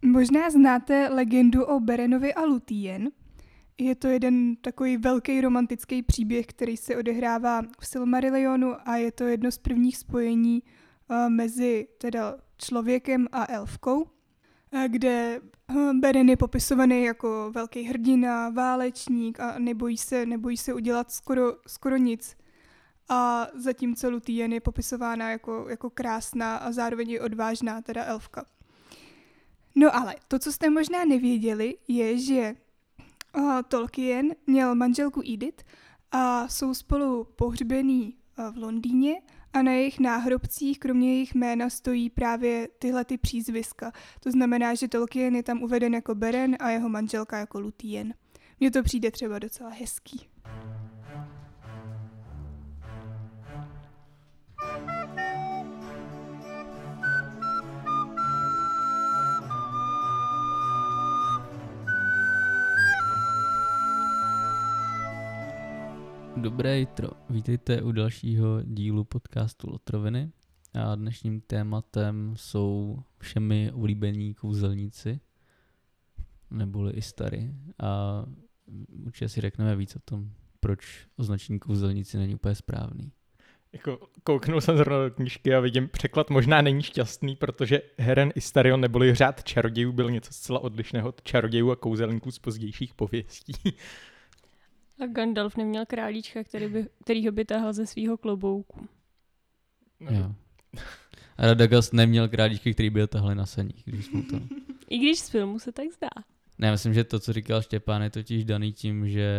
Možná znáte legendu o Berenovi a Luthien. Je to jeden takový velký romantický příběh, který se odehrává v Silmarillionu a je to jedno z prvních spojení mezi teda člověkem a elfkou, kde Beren je popisovaný jako velký hrdina, válečník a nebojí se udělat skoro nic. A zatímco Luthien je popisována jako krásná a zároveň i odvážná, teda elfka. No ale to, co jste možná nevěděli, je, že Tolkien měl manželku Edith a jsou spolu pohřbení v Londýně a na jejich náhrobcích kromě jejich jména stojí právě tyhle ty přízviska. To znamená, že Tolkien je tam uveden jako Beren a jeho manželka jako Luthien. Mně to přijde třeba docela hezký. Dobré jitro, vítejte u dalšího dílu podcastu Lotroviny a dnešním tématem jsou všemi oblíbení kouzelníci, neboli Istari, a určitě si řekneme víc o tom, proč označení kouzelníci není úplně správný. Jako kouknul jsem zrovna do knížky a vidím, překlad možná není šťastný, protože Heren Istarion neboli řád čarodějů byl něco zcela odlišného od čarodějů a kouzelníků z pozdějších pověstí. A Gandalf neměl králíčka, kterýho by tahal ze svýho klobouku. Jo. A Radagast neměl králíčky, který by ho tahali na saních, když jsme to... I když z filmu se tak zdá. Ne, myslím, že to, co říkal Štěpán, je totiž daný tím, že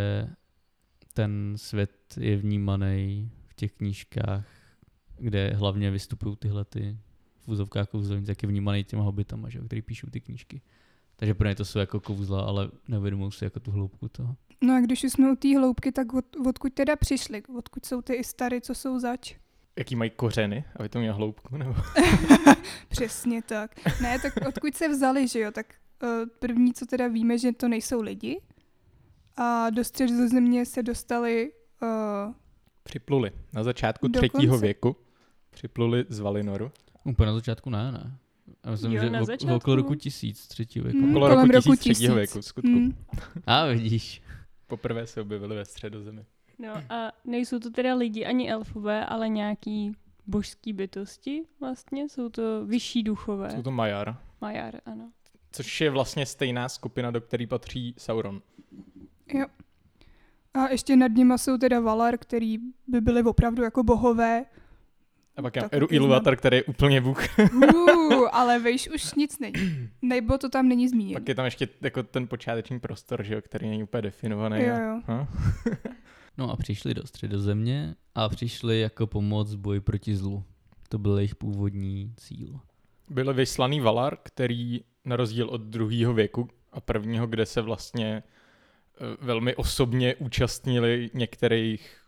ten svět je vnímaný v těch knížkách, kde hlavně vystupují tyhle ty v úzovkách kouzelníci, tak je vnímaný těma hobitama, že, který píšou ty knížky. Takže pro ně to jsou jako kouzla, ale neuvědomují si jako tu hloubku toho. No a když už jsme u té hloubky, tak odkud teda přišli? Odkud jsou ty Istary, co jsou zač? Jaký mají kořeny, aby to mělo hloubku, nebo? Přesně tak. Ne, tak odkud se vzali, že jo? Tak první, co teda víme, že to nejsou lidi. A do Středozemě se dostali... Připluli. Na začátku dokonce 3. věku připluli z Valinoru. Úplně na začátku ne. Já myslím, Jo, že okolo roku 1000 třetí věku. Okolo roku 1000 3. věku, skutku. A vidíš. Poprvé se objevili ve Středozemi. No a nejsou to teda lidi ani elfové, ale nějaký božský bytosti vlastně. Jsou to vyšší duchové. Jsou to Majar. Majar, ano. Což je vlastně stejná skupina, do které patří Sauron. Jo. A ještě nad nima jsou teda Valar, který by byli opravdu jako bohové. A pak je Iluvatar, který je úplně bůh. Ale víš, už nic není. Nebo to tam není zmíněno. Pak je tam ještě jako ten počáteční prostor, že jo, který není úplně definovaný. Jo. No a přišli do Středozemě a přišli jako pomoc v boji proti zlu. To byl jejich původní cíl. Byl vyslaný Valar, který na rozdíl od 2. věku a 1., kde se vlastně velmi osobně účastnili některých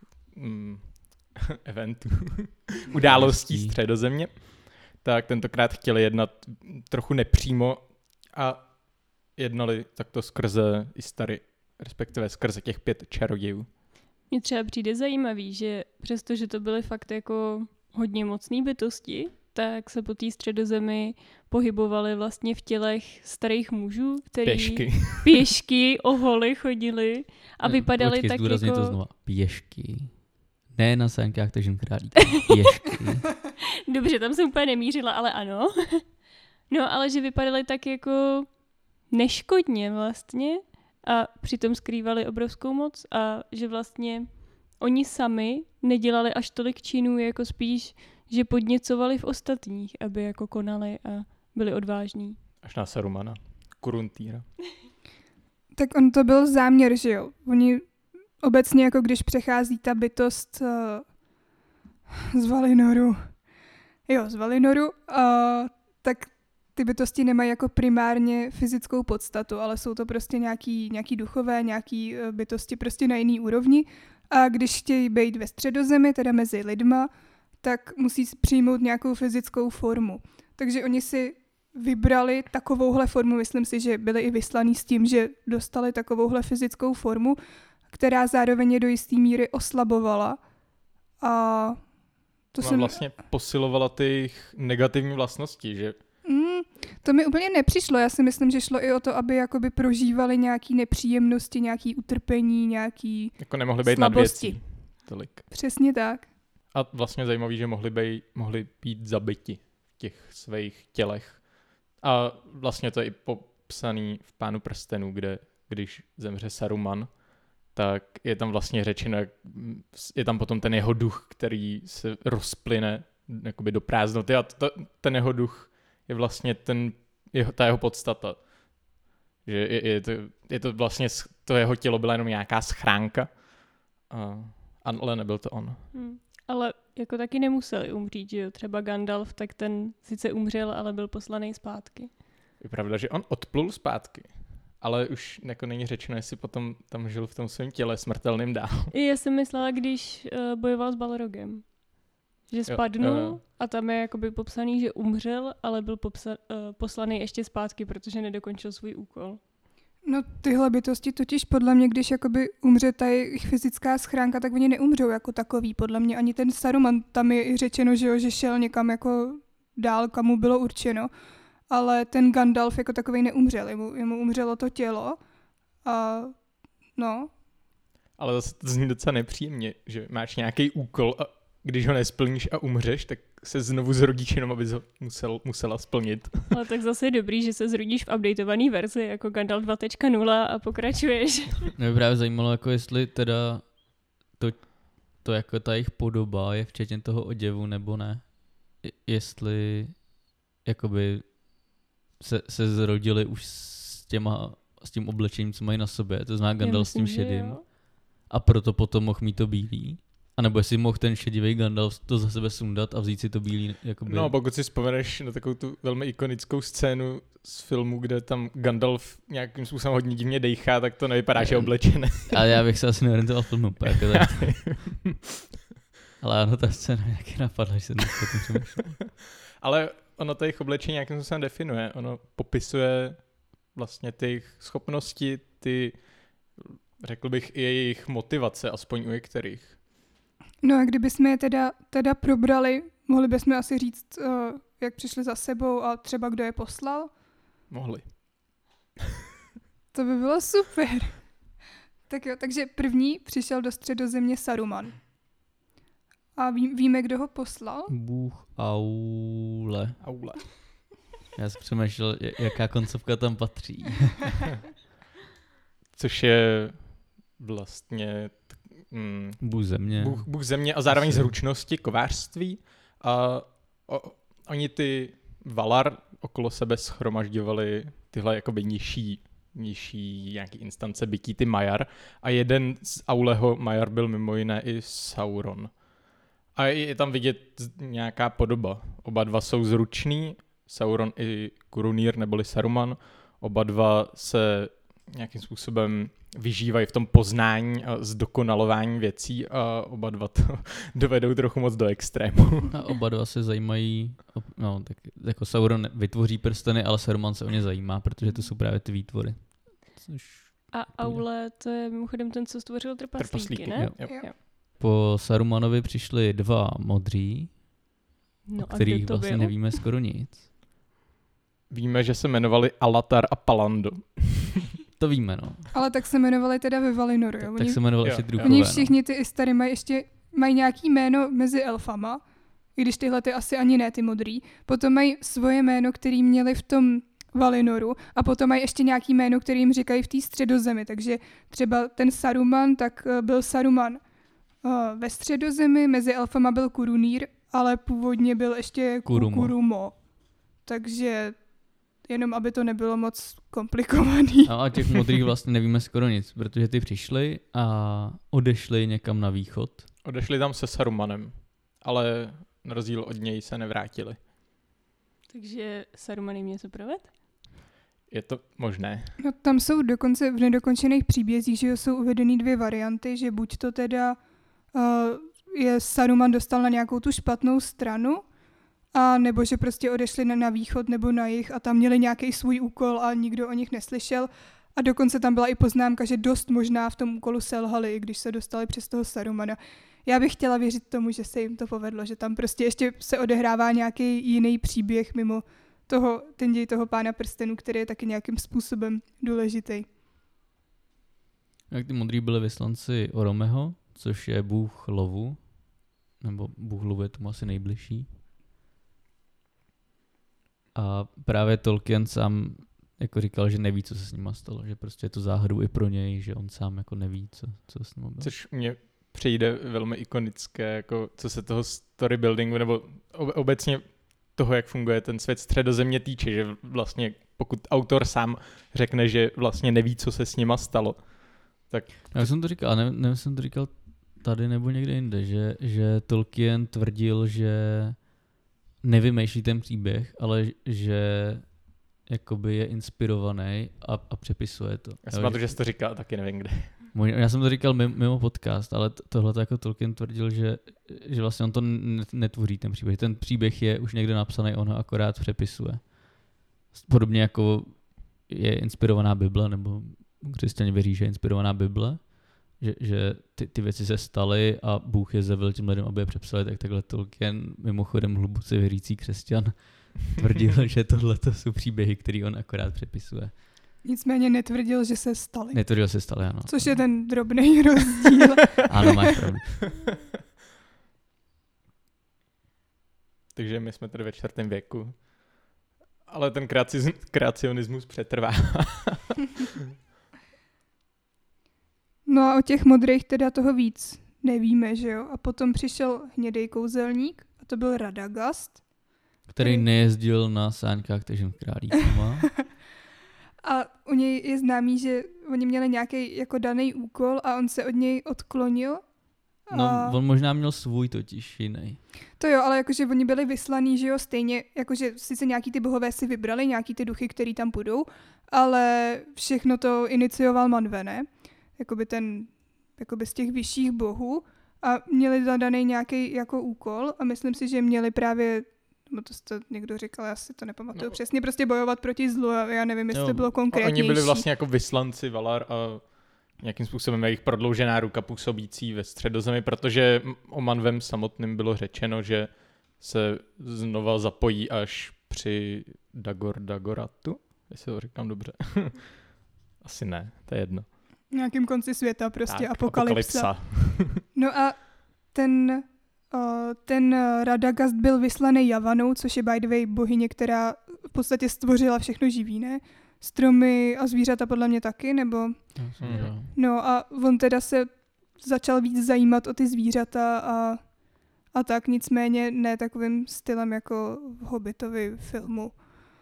eventů, událostí Středozemě, tak tentokrát chtěli jednat trochu nepřímo a jednali takto skrze Istary, respektive skrze těch 5 čarodějů. Mně třeba přijde zajímavý, že přestože to byly fakt jako hodně mocný bytosti, tak se po té Středozemi pohybovali vlastně v tělech starých mužů, který pěšky oholi chodili a vypadali tak jako... to znova. Pěšky. Ne na sánkách tažím králíka. Pěšky. Dobře, tam jsem úplně nemířila, ale ano. No, ale že vypadaly tak jako neškodně vlastně a přitom skrývali obrovskou moc a že vlastně oni sami nedělali až tolik činů, jako spíš, že podněcovali v ostatních, aby jako konali a byli odvážní. Až na Sarumana. Kuruntýra. Tak on to byl záměr, že jo? Oni obecně, jako když přechází ta bytost z Valinoru, tak ty bytosti nemají jako primárně fyzickou podstatu, ale jsou to prostě nějaký duchové, nějaký bytosti prostě na jiný úrovni. A když chtějí být ve Středozemi, teda mezi lidma, tak musí přijmout nějakou fyzickou formu. Takže oni si vybrali takovouhle formu, myslím si, že byli i vyslaní s tím, že dostali takovouhle fyzickou formu, která zároveň je do jisté míry oslabovala. A to vlastně posilovala ty negativní vlastnosti, že? To mi úplně nepřišlo, já si myslím, že šlo i o to, aby jakoby prožívali nějaký nepříjemnosti, nějaký utrpení, nějaký Jako nemohli být nad slabosti. věcí. Tolik. Přesně tak. A vlastně zajímavý, že mohli být zabiti v těch svých tělech. A vlastně to je i popsaný v Pánu prstenů, kde když zemře Saruman, tak je tam vlastně řečeno, je tam potom ten jeho duch, který se rozplyne jakoby do prázdnoty a ten jeho duch je vlastně ta jeho podstata. Že je to vlastně, to jeho tělo byla jenom nějaká schránka, ale nebyl to on. Ale jako taky nemuseli umřít, že jo? Třeba Gandalf, tak ten sice umřel, ale byl poslaný zpátky. Je pravda, že on odplul zpátky, ale už jako není řečeno, jestli potom tam žil v tom svém těle smrtelným dál. Já jsem myslela, když bojoval s Balrogem. Že spadnul a tam je jakoby popsaný, že umřel, ale byl poslaný ještě zpátky, protože nedokončil svůj úkol. No tyhle bytosti totiž podle mě, když jakoby umře ta jejich fyzická schránka, tak oni neumřou jako takový. Podle mě ani ten Saruman, tam je i řečeno, že, jo, že šel někam jako dál, kam mu bylo určeno. Ale ten Gandalf jako takovej neumřel, jemu umřelo to tělo a no. Ale zase to zní docela nepříjemně, že máš nějaký úkol a když ho nesplníš a umřeš, tak se znovu zrodíš jenom, abys ho musela splnit. Ale tak zase je dobrý, že se zrodíš v updatované verzi, jako Gandalf 2.0 a pokračuješ. Mě by právě zajímalo, jako jestli teda to jako ta jejich podoba je včetně toho oděvu, nebo ne. Jestli jakoby se zrodili už s tím oblečením, co mají na sobě, to znamená Gandalf s tím šedým. A proto potom mohl mít to bílý. A nebo jestli mohl ten šedivý Gandalf to za sebe sundat a vzít si to bílý. Jakoby... No, pokud si vzpomeneš na takovou tu velmi ikonickou scénu z filmu, kde tam Gandalf nějakým způsobem hodně divně dejchá, tak to nevypadá, že je oblečené. Ale já bych se asi neorientoval filmu. Jako tak. Ale ano, ta scéna nějaký napadla, že jsem potom přemýšlel. Ale ono to jejich oblečení nějakým způsobem definuje. Ono popisuje vlastně ty schopnosti, řekl bych, i jejich motivace, aspoň u některých. No a kdybychom je teda probrali, mohli bychom asi říct, jak přišli za sebou a třeba kdo je poslal? Mohli. To by bylo super. Tak jo, takže první přišel do Středozemě Saruman. A víme, kdo ho poslal? Bůh Aule. Aule. Já jsem přemýšlel, jaká koncovka tam patří. Což je vlastně Bůh země. Bůh země a zároveň zručnosti, kovářství. A oni ty Valar okolo sebe shromažďovali tyhle jakoby nižší nějaký instance bytí, ty Maiar. A jeden z Auleho Maiar byl mimo jiné i Sauron. A je tam vidět nějaká podoba. Oba dva jsou zruční, Sauron i Curunir neboli Saruman. Oba dva se nějakým způsobem vyžívají v tom poznání a zdokonalování věcí a oba dva to dovedou trochu moc do extrému. A oba dva se zajímají, no tak jako Sauron vytvoří prsteny, ale Saruman se o ně zajímá, protože to jsou právě ty výtvory. A Aule, to je mimochodem ten, co stvořil trpaslíky, ne? Jo. Po Sarumanovi přišli dva modří, No o kterých vlastně nevíme skoro nic. Víme, že se jmenovali Alatar a Palando. To víme, no. Ale tak se jmenovali teda ve Valinoru, jo? Tak se jmenovali ještě druhové. Oni všichni ty Istari mají nějaký jméno mezi elfama, i když tyhle ty asi ani ne, ty modrý. Potom mají svoje jméno, který měli v tom Valinoru a potom mají ještě nějaký jméno, který jim říkají v té Středozemi. Takže třeba ten Saruman, tak byl Saruman ve Středozemi, mezi elfama byl Curunir, ale původně byl ještě Kurumo. Takže jenom aby to nebylo moc komplikovaný. No a těch modrých vlastně nevíme skoro nic, protože ty přišli a odešli někam na východ. Odešli tam se Sarumanem, ale na rozdíl od něj se nevrátili. Takže Saruman jim něco proved? Je to možné. No, tam jsou dokonce v nedokončených příbězích, že jsou uvedeny dvě varianty, že buď to teda je Saruman dostal na nějakou tu špatnou stranu, a nebo že prostě odešli na východ nebo na jih a tam měli nějaký svůj úkol a nikdo o nich neslyšel. A dokonce tam byla i poznámka, že dost možná v tom úkolu selhali, i když se dostali přes toho Sarumana. Já bych chtěla věřit tomu, že se jim to povedlo, že tam prostě ještě se odehrává nějaký jiný příběh mimo ten děj toho Pána prstenů, který je taky nějakým způsobem důležitý. Jak ty modrý byli vyslanci Oromeho, což je bůh lovu, nebo bůh lovu je tomu asi nejbližší. A právě Tolkien sám jako říkal, že neví, co se s nima stalo, že prostě je to záhadou i pro něj, že on sám jako neví, co s nima bylo. Což mně přijde velmi ikonické, jako co se toho storybuildingu, nebo obecně toho, jak funguje ten svět Středozemě týče, že vlastně pokud autor sám řekne, že vlastně neví, co se s nima stalo, tak... Já jsem to říkal, nevím, jsem to říkal tady nebo někde jinde, že Tolkien tvrdil, že nevymýšlí ten příběh, ale že jakoby je inspirovaný a přepisuje to. Já jsem na to, že jsi to říkal, taky nevím kde. Já jsem to říkal mimo podcast, ale tohle jako Tolkien tvrdil, že vlastně on to netvoří ten příběh. Ten příběh je už někde napsaný, on ho akorát přepisuje. Podobně jako je inspirovaná Bible, nebo křesťané věří, že je inspirovaná Bible, že ty věci se staly a Bůh je zjevil těm lidem, aby je přepsali, tak takhle Tolkien, mimochodem hluboce věřící křesťan, tvrdil, že tohle jsou příběhy, který on akorát přepisuje. Nicméně netvrdil, že se staly. Netvrdil, že se staly, ano. Což je ten drobný rozdíl. Ano, máš pravdu. Takže my jsme tady ve 4. věku. Ale ten kreacionismus přetrvá. No a o těch modrých teda toho víc nevíme, že jo? A potom přišel hnědej kouzelník a to byl Radagast. Který nejezdil na sáňkách tažen králíkama. A u něj je známý, že oni měli nějaký jako daný úkol a on se od něj odklonil. No, on možná měl svůj totiž jiný. To jo, ale jakože oni byli vyslaný, že jo, stejně, jakože sice nějaký ty bohové si vybrali, nějaký ty duchy, který tam půjdou, ale všechno to inicioval Manwë, jakoby z těch vyšších bohů a měli zadaný nějaký jako úkol a myslím si, že měli právě, no to někdo říkal, já si to nepamatuju přesně, prostě bojovat proti zlu a já nevím, jestli to bylo konkrétnější. Oni byli vlastně jako vyslanci Valar a nějakým způsobem jejich prodloužená ruka působící ve Středozemi, protože o Manwëm samotným bylo řečeno, že se znova zapojí až při Dagoratu, jestli to říkám dobře. Asi ne, to je jedno. V nějakým konci světa, prostě tak, apokalypsa. No a ten Radagast byl vyslaný Javanou, což je by the way bohyně, která v podstatě stvořila všechno živý, ne? Stromy a zvířata podle mě taky, nebo... No a on teda se začal víc zajímat o ty zvířata a tak, nicméně ne takovým stylem jako v Hobbitovi filmu.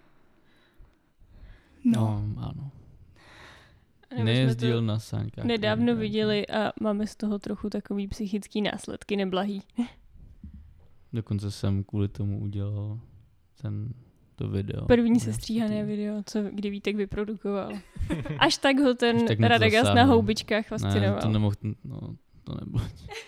No ano. Nejezdil na sáňkách. Nedávno viděli a máme z toho trochu takový psychický následky neblahý. Dokonce jsem kvůli tomu udělal to video. První sestříhané video, kdy Vítek vyprodukoval. Až tak ho ten Radagast na houbičkách fascinoval. Ne, to nemohl, to nebylo.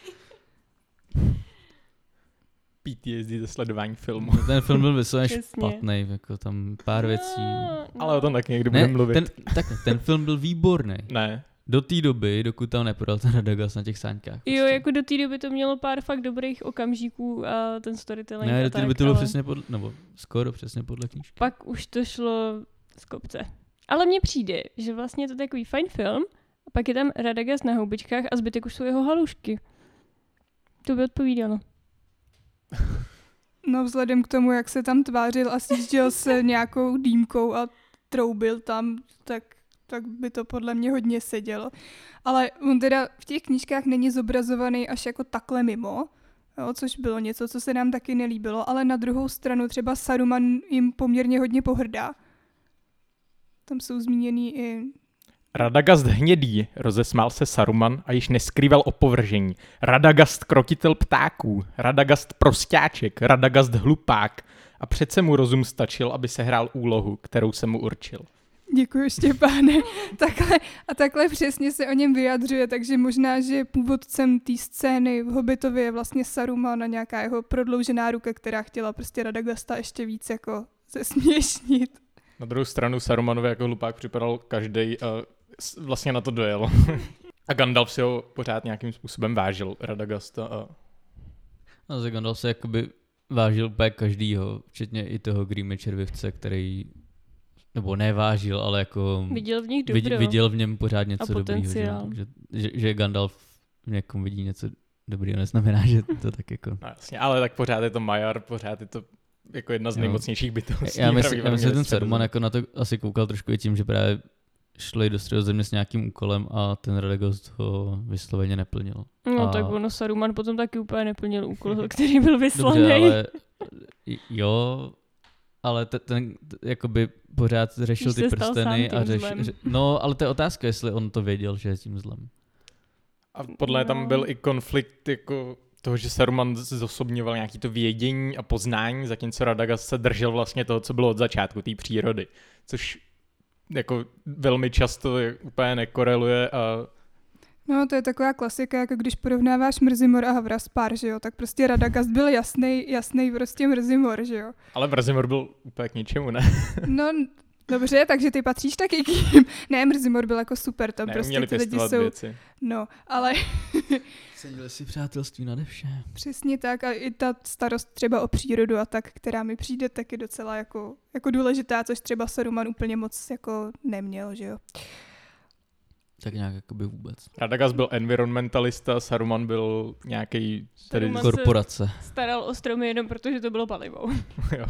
PTSD ze sledování filmu. Ten film byl vysloveně špatný, jako tam pár věcí. Ale o tom taky někdy budeme mluvit. Ten film byl výborný. Ne. Do té doby, dokud tam neprodal ten Radagast na těch sáňkách. Prostě. Jo, jako do té doby to mělo pár fakt dobrých okamžiků a ten storytelling. Ne, do té doby to bylo přesně nebo skoro přesně podle knížky. Pak už to šlo z kopce. Ale mně přijde, že vlastně je to takový fajn film a pak je tam Radagast na houbičkách a zbytek už jsou jeho halušky. To by odpovídalo. No vzhledem k tomu, jak se tam tvářil a sjížděl se nějakou dýmkou a troubil tam, tak by to podle mě hodně sedělo. Ale on teda v těch knížkách není zobrazovaný až jako takhle mimo, jo, což bylo něco, co se nám taky nelíbilo, ale na druhou stranu třeba Saruman jim poměrně hodně pohrdá. Tam jsou zmíněný i... Radagast hnědý, rozesmál se Saruman a již neskrýval opovržení. Radagast krotitel ptáků, Radagast prostáček, Radagast hlupák a přece mu rozum stačil, aby sehrál úlohu, kterou jsem mu určil. Děkuji, Štěpáne. Takhle přesně se o něm vyjadřuje, takže možná, že původcem té scény v Hobbitově je vlastně Saruman a nějaká jeho prodloužená ruka, která chtěla prostě Radagasta ještě víc jako zesměšnit. Na druhou stranu Sarumanovi jako hlupák připadal každej vlastně na to dojel. A Gandalf si ho pořád nějakým způsobem vážil, Radagasta. A Gandalf se jakoby vážil úplně každýho, včetně i toho Greema červivce, který, nebo nevážil, ale jako Viděl v nich dobro. viděl v něm pořád něco dobrýho. potenciál. Že Gandalf v někom vidí něco dobrýho, neznamená, že to tak jako... No jasně, ale tak pořád je to Majar, pořád je to jako jedna z nejmocnějších bytostí. Já myslím, že ten Saruman jako na to asi koukal trošku i tím, že právě šli do Středozemě s nějakým úkolem a ten Radagast ho vysloveně neplnil. No a... tak ono Saruman potom taky úplně neplnil úkol, který byl vyslaný. Dobře, ale jo, ale ten jakoby pořád řešil Když ty se stal prsteny sám a tím zlem. no, ale to je otázka, jestli on to věděl, že je tím zlem. A podle mě tam byl i konflikt jako toho, že Saruman zosobňoval nějaký to vědění a poznání, zatímco Radagast se držel vlastně toho, co bylo od začátku, té přírody. Což jako velmi často úplně nekoreluje a No, to je taková klasika, jako když porovnáváš Mrzimor a Havraspár, že jo, tak prostě Radagast byl jasný prostě Mrzimor, že jo. ale Mrzimor byl úplně k ničemu, ne? No, dobře, takže ty patříš taky k ním. Ne, Mrzimor byl jako super, tam Ne, prostě uměli ty lidi pěstovat jsou, věci. no, ale Cenili si přátelství nade vše. přesně tak a i ta starost třeba o přírodu a tak, která mi přijde taky docela jako důležitá, což třeba Saruman úplně moc jako neměl, že jo. Tak nějak jakoby vůbec. Radagast byl environmentalista, Saruman byl nějaký tedy Saruman Korporace. Staral o stromy jenom protože to bylo palivo. jo.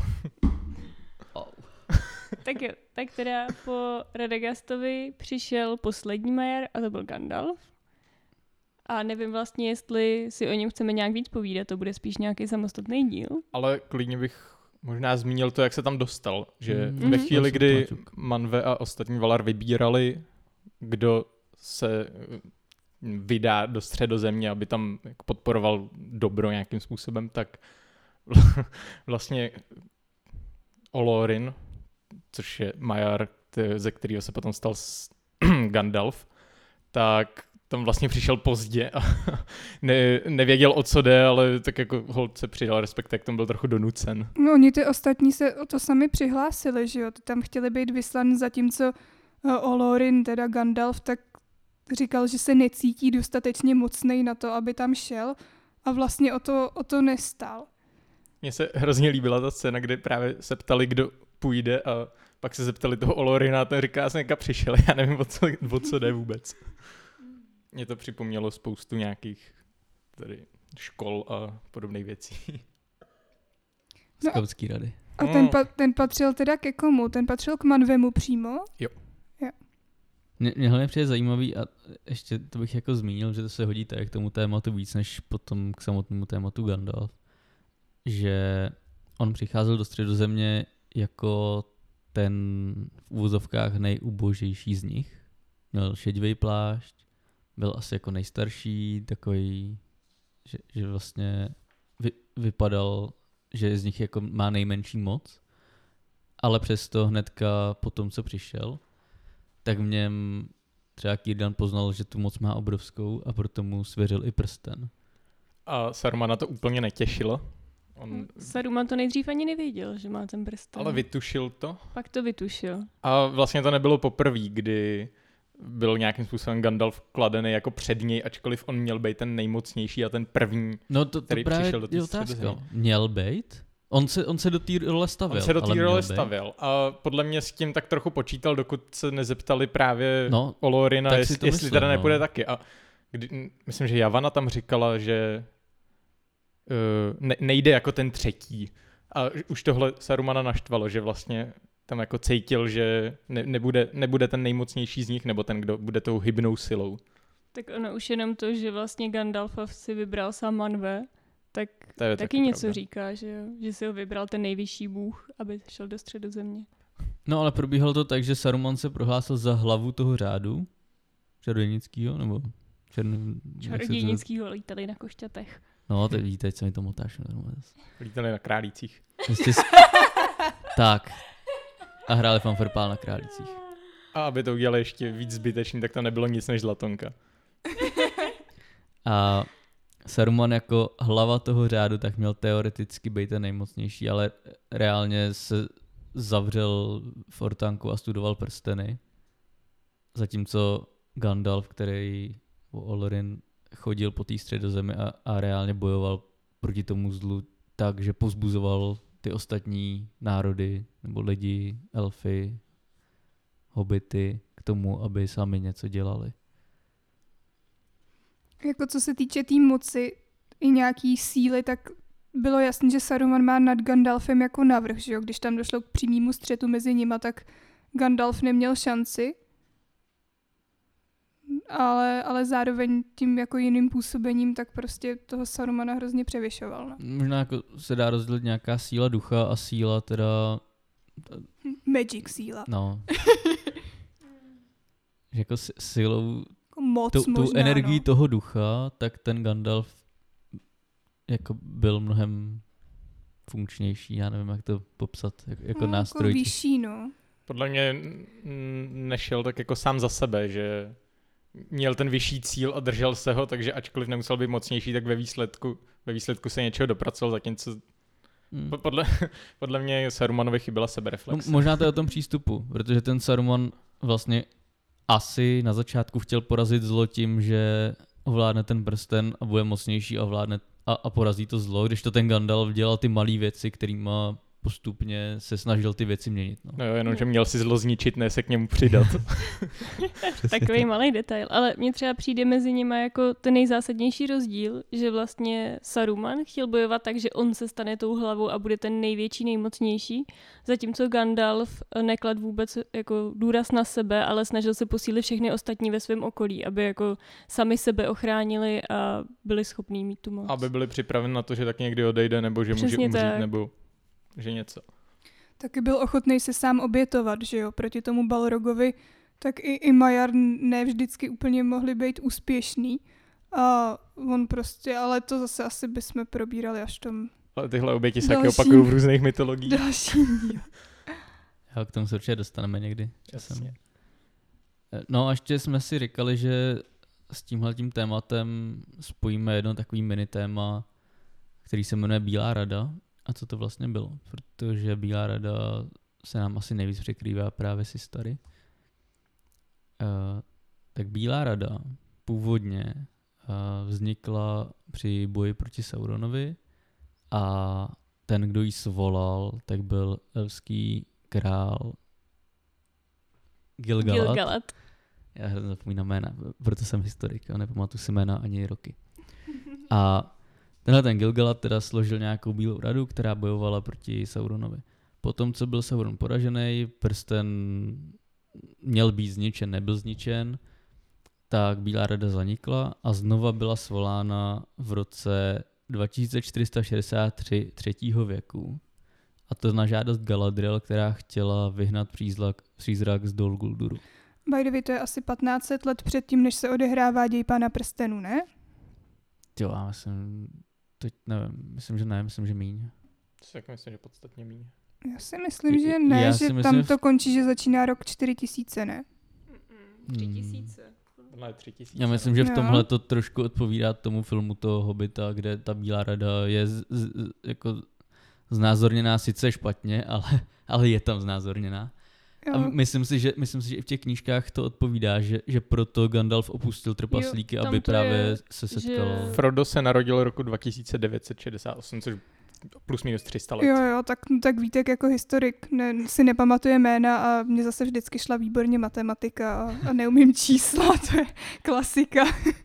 Tak jo, tak teda po Radagastovi přišel poslední Majar a to byl Gandalf. A nevím vlastně, jestli si o něm chceme nějak víc povídat, to bude spíš nějaký samostatný díl. Ale klidně bych možná zmínil to, jak se tam dostal. Že Mhm. ve chvíli, kdy Tlachuk. Manwe a ostatní Valar vybírali, kdo se vydá do Středozemě, aby tam jako podporoval dobro nějakým způsobem, tak vlastně Olorin, což je Majar, ze kterého se potom stal Gandalf, tak tam vlastně přišel pozdě a nevěděl, o co jde, ale tak jako holt se přidal, respektive k tomu byl trochu donucen. No, oni ty ostatní se o to sami přihlásili, že jo, ty tam chtěli být vyslan, zatímco Olorin, teda Gandalf, tak říkal, že se necítí dostatečně mocnej na to, aby tam šel a vlastně o to nestál. Mně se hrozně líbila ta scéna, kde právě se ptali, kdo půjde a pak se zeptali toho Olorina a ten říká, já jsem někam přišel, já nevím, o co jde vůbec. Mně to připomnělo spoustu nějakých tady škol a podobných věcí. No Skautský rady. A ten patřil teda ke komu? Ten patřil k Manvemu přímo? Mě hlavně přijde zajímavý a ještě to bych jako zmínil, že to se hodí tady k tomu tématu víc než potom k samotnému tématu Gandalf. Že on přicházel do Středozemě jako ten v úvozovkách nejubožejší z nich. Měl šedivý plášť, byl asi jako nejstarší, takový, že vlastně vypadal, že z nich jako má nejmenší moc, ale přesto hnedka po tom, co přišel, tak v něm třeba Círdan poznal, že tu moc má obrovskou a proto mu svěřil i prsten. A Sarumana to úplně netěšilo. Saruman to nejdřív ani nevěděl, že má ten prsten. Ale vytušil to. Pak to vytušil. A vlastně to nebylo poprvé, kdy byl nějakým způsobem Gandalf kladený jako před něj, ačkoliv on měl být ten nejmocnější a ten první, No to který právě přišel do té je otázka. Středozemě. Měl být? On se do té role stavěl. On se do ale té měl role být. stavěl a podle mě s tím tak trochu počítal, dokud se nezeptali právě No, Olorina, tak si jestli to myslím, teda no. nepůjde taky. A myslím, že Yavanna tam říkala, že nejde jako ten třetí. A už tohle Sarumana naštvalo, že vlastně tam jako cítil, že nebude ten nejmocnější z nich, nebo ten, kdo bude tou hybnou silou. Tak ono už jenom to, že vlastně Gandalf si vybral sám Manwe, tak To je taky něco pravda. říká, že jo? Že si ho vybral ten nejvyšší bůh, aby šel do Středozemě. No ale probíhalo to tak, že Saruman se prohlásil za hlavu toho řádu čarodějnického, nebo Čarodějnickýho lítali na košťatech. No, teď víte, co mi to motáš. Lítali na králících. Tak. A hráli fanfarpál na králících. A aby to udělali ještě víc zbytečný, tak to nebylo nic než zlatonka. A Saruman jako hlava toho řádu tak měl teoreticky být ten nejmocnější, ale reálně se zavřel v ortánku a studoval prsteny. Zatímco Gandalf, který Olorin chodil po té Středozemi a reálně bojoval proti tomu zlu tak, že povzbuzoval ty ostatní národy, nebo lidi, elfy, hobity k tomu, aby sami něco dělali. Jako co se týče té moci i nějaký síly, tak bylo jasné, že Saruman má nad Gandalfem jako navrch, že jo? Když tam došlo k přímému střetu mezi nima, tak Gandalf neměl šanci, ale zároveň tím jako jiným působením tak prostě toho Sarumana hrozně převyšoval. No. Možná jako se dá rozdělit nějaká síla ducha a síla teda... Magic síla. No. Že jako silou... Jako moc tu možná, energii no. toho ducha, tak ten Gandalf jako byl mnohem funkčnější, já nevím, jak to popsat, jako nástroj. Jako vyšší, no. Podle mě nešel tak jako sám za sebe, že měl ten vyšší cíl a držel se ho, takže ačkoliv nemusel být mocnější, tak ve výsledku se něčeho dopracoval, zatímco podle mě Sarumanovi chyběla sebereflexe. No, možná to je o tom přístupu, protože ten Saruman vlastně asi na začátku chtěl porazit zlo tím, že ovládne ten prsten a bude mocnější a ovládne a porazí to zlo, když to ten Gandalf dělal ty malé věci, kterýma postupně se snažil ty věci měnit. No jo, jenom, že měl si zlo zničit, ne se k němu přidat. Takový malý detail, ale mně třeba přijde mezi nimi jako ten nejzásadnější rozdíl, že vlastně Saruman chtěl bojovat tak, že on se stane tou hlavou a bude ten největší, nejmocnější, zatímco Gandalf neklad vůbec jako důraz na sebe, ale snažil se posílit všechny ostatní ve svém okolí, aby jako sami sebe ochránili a byli schopní mít tu moc. Aby byli připraveni na to, že tak někdy odejde, nebo že Přesně může umřít, tak. nebo že něco. Taky byl ochotný se sám obětovat, že jo, proti tomu Balrogovi, tak i Majar ne vždycky úplně mohli být úspěšný. A on prostě, ale to zase asi bychom probírali až tom Ale tyhle oběti se taky opakují v různých mytologiích. další díl. Já k tomu se určitě dostaneme někdy. Jasně. No a ještě jsme si říkali, že s tímhletím tématem spojíme jedno takový mini téma, který se jmenuje Bílá rada. A co to vlastně bylo? Protože Bílá rada se nám asi nejvíc překrývá právě s Istari. Tak Bílá rada původně vznikla při boji proti Sauronovi a ten, kdo ji svolal, tak byl elfský král Gil-galad. Já hrozně zapomínám jména, proto jsem historik a nepamatuji si jména ani roky. A tenhle ten Gil-galad teda složil nějakou bílou radu, která bojovala proti Sauronovi. Potom, co byl Sauron poražený, prsten měl být zničen, nebyl zničen, tak Bílá rada zanikla a znova byla svolána v roce 2463 třetího věku. A to na žádost Galadriel, která chtěla vyhnat přízrak z Dol Gulduru. By the way, to je asi 1500 let předtím, než se odehrává děj Pána prstenů, ne? Jo, já teď nevím, myslím, že míň. To si taky myslím, že podstatně míň. Já si myslím, že ne, Já že si myslím, tam že to končí, že začíná rok 4000, ne? 3000. Podle 3000. Já myslím, že v Jo. tomhle to trošku odpovídá tomu filmu toho Hobita, kde ta Bílá rada je jako znázorněná sice špatně, ale je tam znázorněná. Jo. A myslím si, že i v těch knížkách to odpovídá, že proto Gandalf opustil trpaslíky, Jo, tam aby to právě je, se setkal. Frodo se narodil roku 2968, což plus minus 300 let. Jo, tak Vítek jako historik si nepamatuje jména a mě zase vždycky šla výborně matematika a neumím čísla, to je klasika.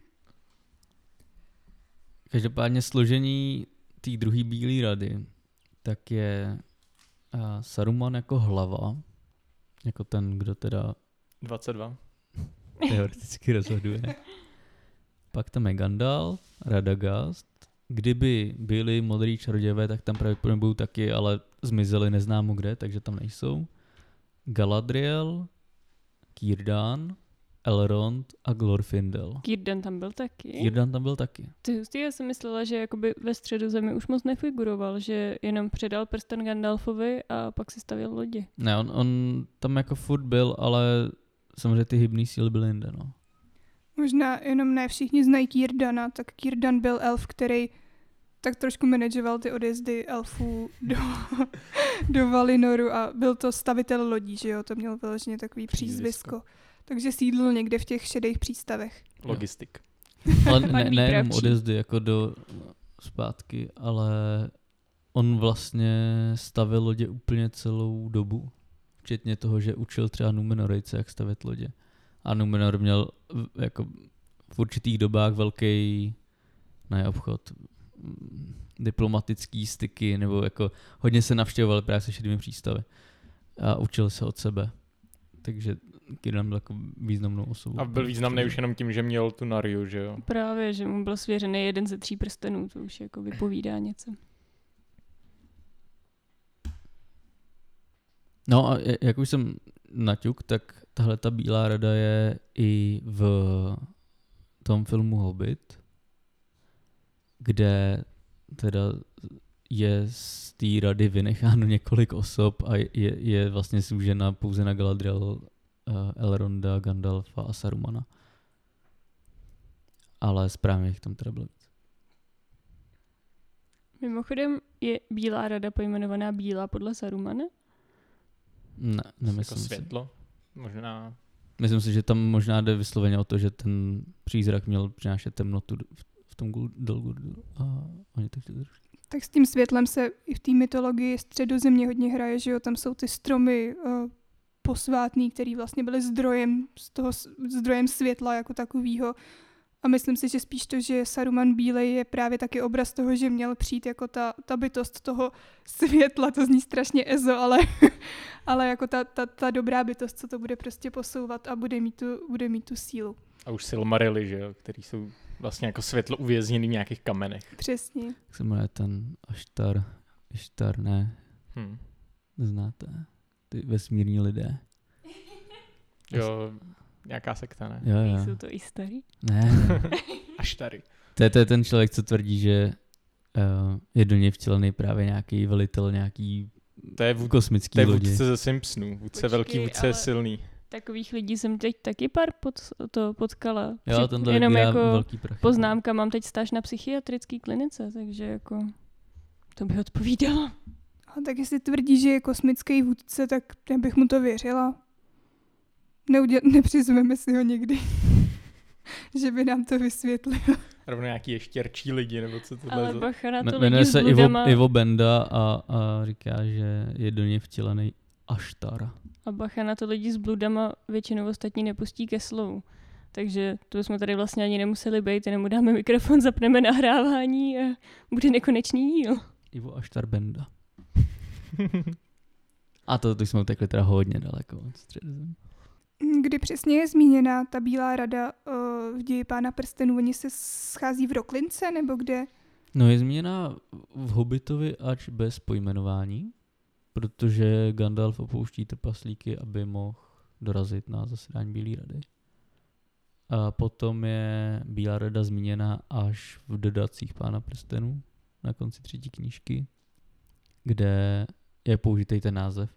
Každopádně složení té druhé Bílé rady, tak je Saruman jako hlava, jako ten, kdo teda 22. teoreticky rozhoduje. Pak tam je Gandalf, Radagast. Kdyby byli modrý čarodějové, tak tam pravděpodobně budou taky, ale zmizeli neznámo kde, takže tam nejsou. Galadriel, Círdan, Elrond a Glorfindel. Círdan tam byl taky. Círdan tam byl taky. Ty hustý, já jsem myslela, že jakoby ve Středozemi už moc nefiguroval, že jenom předal prsten Gandalfovi a pak si stavěl lodi. Ne, on tam jako furt byl, ale samozřejmě ty hybný síly byly jinde, no. Možná jenom ne všichni znají Círdana, tak Círdan byl elf, který tak trošku manažoval ty odjezdy elfů do Valinoru a byl to stavitel lodí, že jo, to měl vyloženě takový přízvisko. Takže sídlil někde v těch šedých přístavech. Logistik. Ale Pan nejenom výpravčí. odjezdy jako do zpátky, ale on vlastně stavil lodě úplně celou dobu. Včetně toho, že učil třeba Númenorejce, jak stavět lodě. A Númenor měl jako v určitých dobách velký obchod, diplomatický styky, nebo jako hodně se navštěvoval právě se šedými přístavy. A učil se od sebe. Takže Círdan byl jako významnou osobou. A byl významný už jenom tím, že měl tu Nariu, že jo? Právě, že mu byl svěřený jeden ze 3 prstenů, to už jako vypovídá něco. No a jak už jsem naťuk, tak tahle ta Bílá rada je i v tom filmu Hobbit, kde teda je z té rady vynecháno několik osob a je vlastně zúžena pouze na Galadriel, Elronda, Gandalfa a Sarumana. Ale správně jich tam teda bylo víc. Mimochodem je Bílá rada pojmenovaná Bílá podle Sarumana? Ne, nemyslím jako si. světlo? Možná... Myslím si, že tam možná jde vysloveně o to, že ten přízrak měl přinášet temnotu v tom Dol-Guldur a oni to chtěli zrušit. Tak s tím světlem se i v té mytologii Středozemě hodně hraje, že jo, tam jsou ty stromy posvátný, který vlastně byly zdrojem světla jako takovýho. A myslím si, že spíš to, že Saruman bílej je právě taky obraz toho, že měl přijít jako ta bytost toho světla, to zní strašně ezo, ale jako ta dobrá bytost, co to bude prostě posouvat a bude mít tu sílu. A už Silmarily, že jo, který jsou vlastně jako světlo uvězněný v nějakých kamenech. Přesně. Jak se jmenuje ten Ištar, ne? Neznáte? Ty vesmírní lidé. Jo, nějaká sekta, ne? Jo. Jsou to i starý? Ne. Až tady. To je ten člověk, co tvrdí, že je do něj vtělený právě nějaký velitel, nějaký to je kosmický to je lodi. vůdce ze Simpsonů. Velký vůdce je silný. Takových lidí jsem teď taky pár potkala. Jo, tenhle jenom jako velký prachy. poznámka, mám teď stáž na psychiatrické klinice, takže jako to by odpovídalo. A tak jestli tvrdí, že je kosmický vůdce, tak já bych mu to věřila. Nepřizveme si ho někdy, že by nám to vysvětlil. Rovno nějaký ještěrčí lidi, nebo co to Ale je. bacha na to lidi Jmenuje s se bludama. Ivo Benda a říká, že je do něj vtělený Aštar. A bacha na to lidi s bludama většinou ostatní nepustí ke slovu. Takže to jsme tady vlastně ani nemuseli být, jenom mu dáme mikrofon, zapneme nahrávání a bude nekonečný díl. Ivo Aštar Benda. A to jsme utekli teda hodně daleko od Středozemí. Kdy přesně je zmíněna ta Bílá rada v ději Pána prstenů? Oni se schází v Roklince, nebo kde? No je zmíněna v Hobbitovi, ač bez pojmenování, protože Gandalf opouští trpaslíky, aby mohl dorazit na zasedání Bílé rady. A potom je Bílá rada zmíněna až v dodacích Pána prstenů na konci 3. knížky, kde je použitý ten název.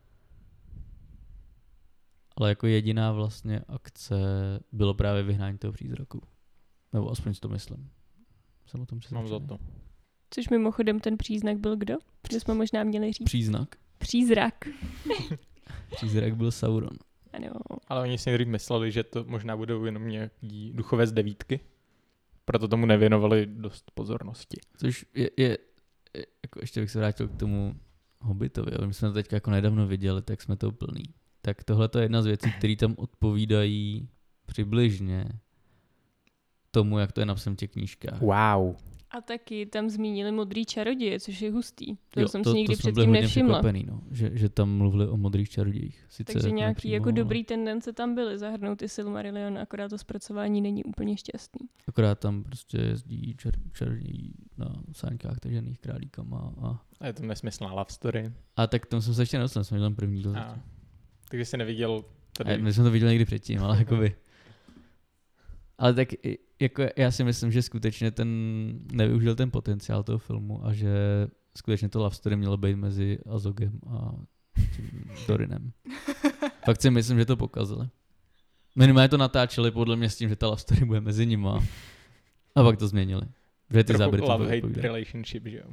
Ale jako jediná vlastně akce bylo právě vyhnání toho přízraku. Nebo aspoň si to myslím. Jsem o tom Mám za to. Což mimochodem ten příznak byl kdo? Že jsme možná měli říct. Příznak. Přízrak. Přízrak byl Sauron. Ano. Ale oni si nejdřív mysleli, že to možná budou jenom nějaký duchové z devítky. Proto tomu nevěnovali dost pozornosti. Což je jako ještě bych se vrátil k tomu Hobbitovi. My jsme to teď jako nedávno viděli, tak jsme to plný. Tak tohle je jedna z věcí, které tam odpovídají přibližně tomu, jak to je napsané v těch knížkách. Wow. A taky tam zmínili modrý čaroděje, což je hustý. To Jo, jsem si nikdy jsme byli předtím hodně nevšimla. překvapený, no, že tam mluvili o modrých čarodějích. Sice Takže nějaký nepřímo, jako ale dobrý tendence tam byly zahrnout i Silmarillion, akorát to zpracování není úplně šťastný. akorát tam prostě jezdí čaroději na sáňkách tažených králíkama. A je to nesmyslná love story. A tak tam jsem se ještě nedostal, jsme tam první díl. Takže jsi neviděl tady... My jsme to viděli někdy předtím, ale jakoby... Ale tak jako já si myslím, že skutečně nevyužil ten potenciál toho filmu a že skutečně to love story mělo být mezi Azogem a tím Dorinem. Fakt si myslím, že to pokazili. Minimálně to natáčeli podle mě s tím, že ta love story bude mezi nima. A pak to změnili. Že ty záběry to love-hate relationship, že jo.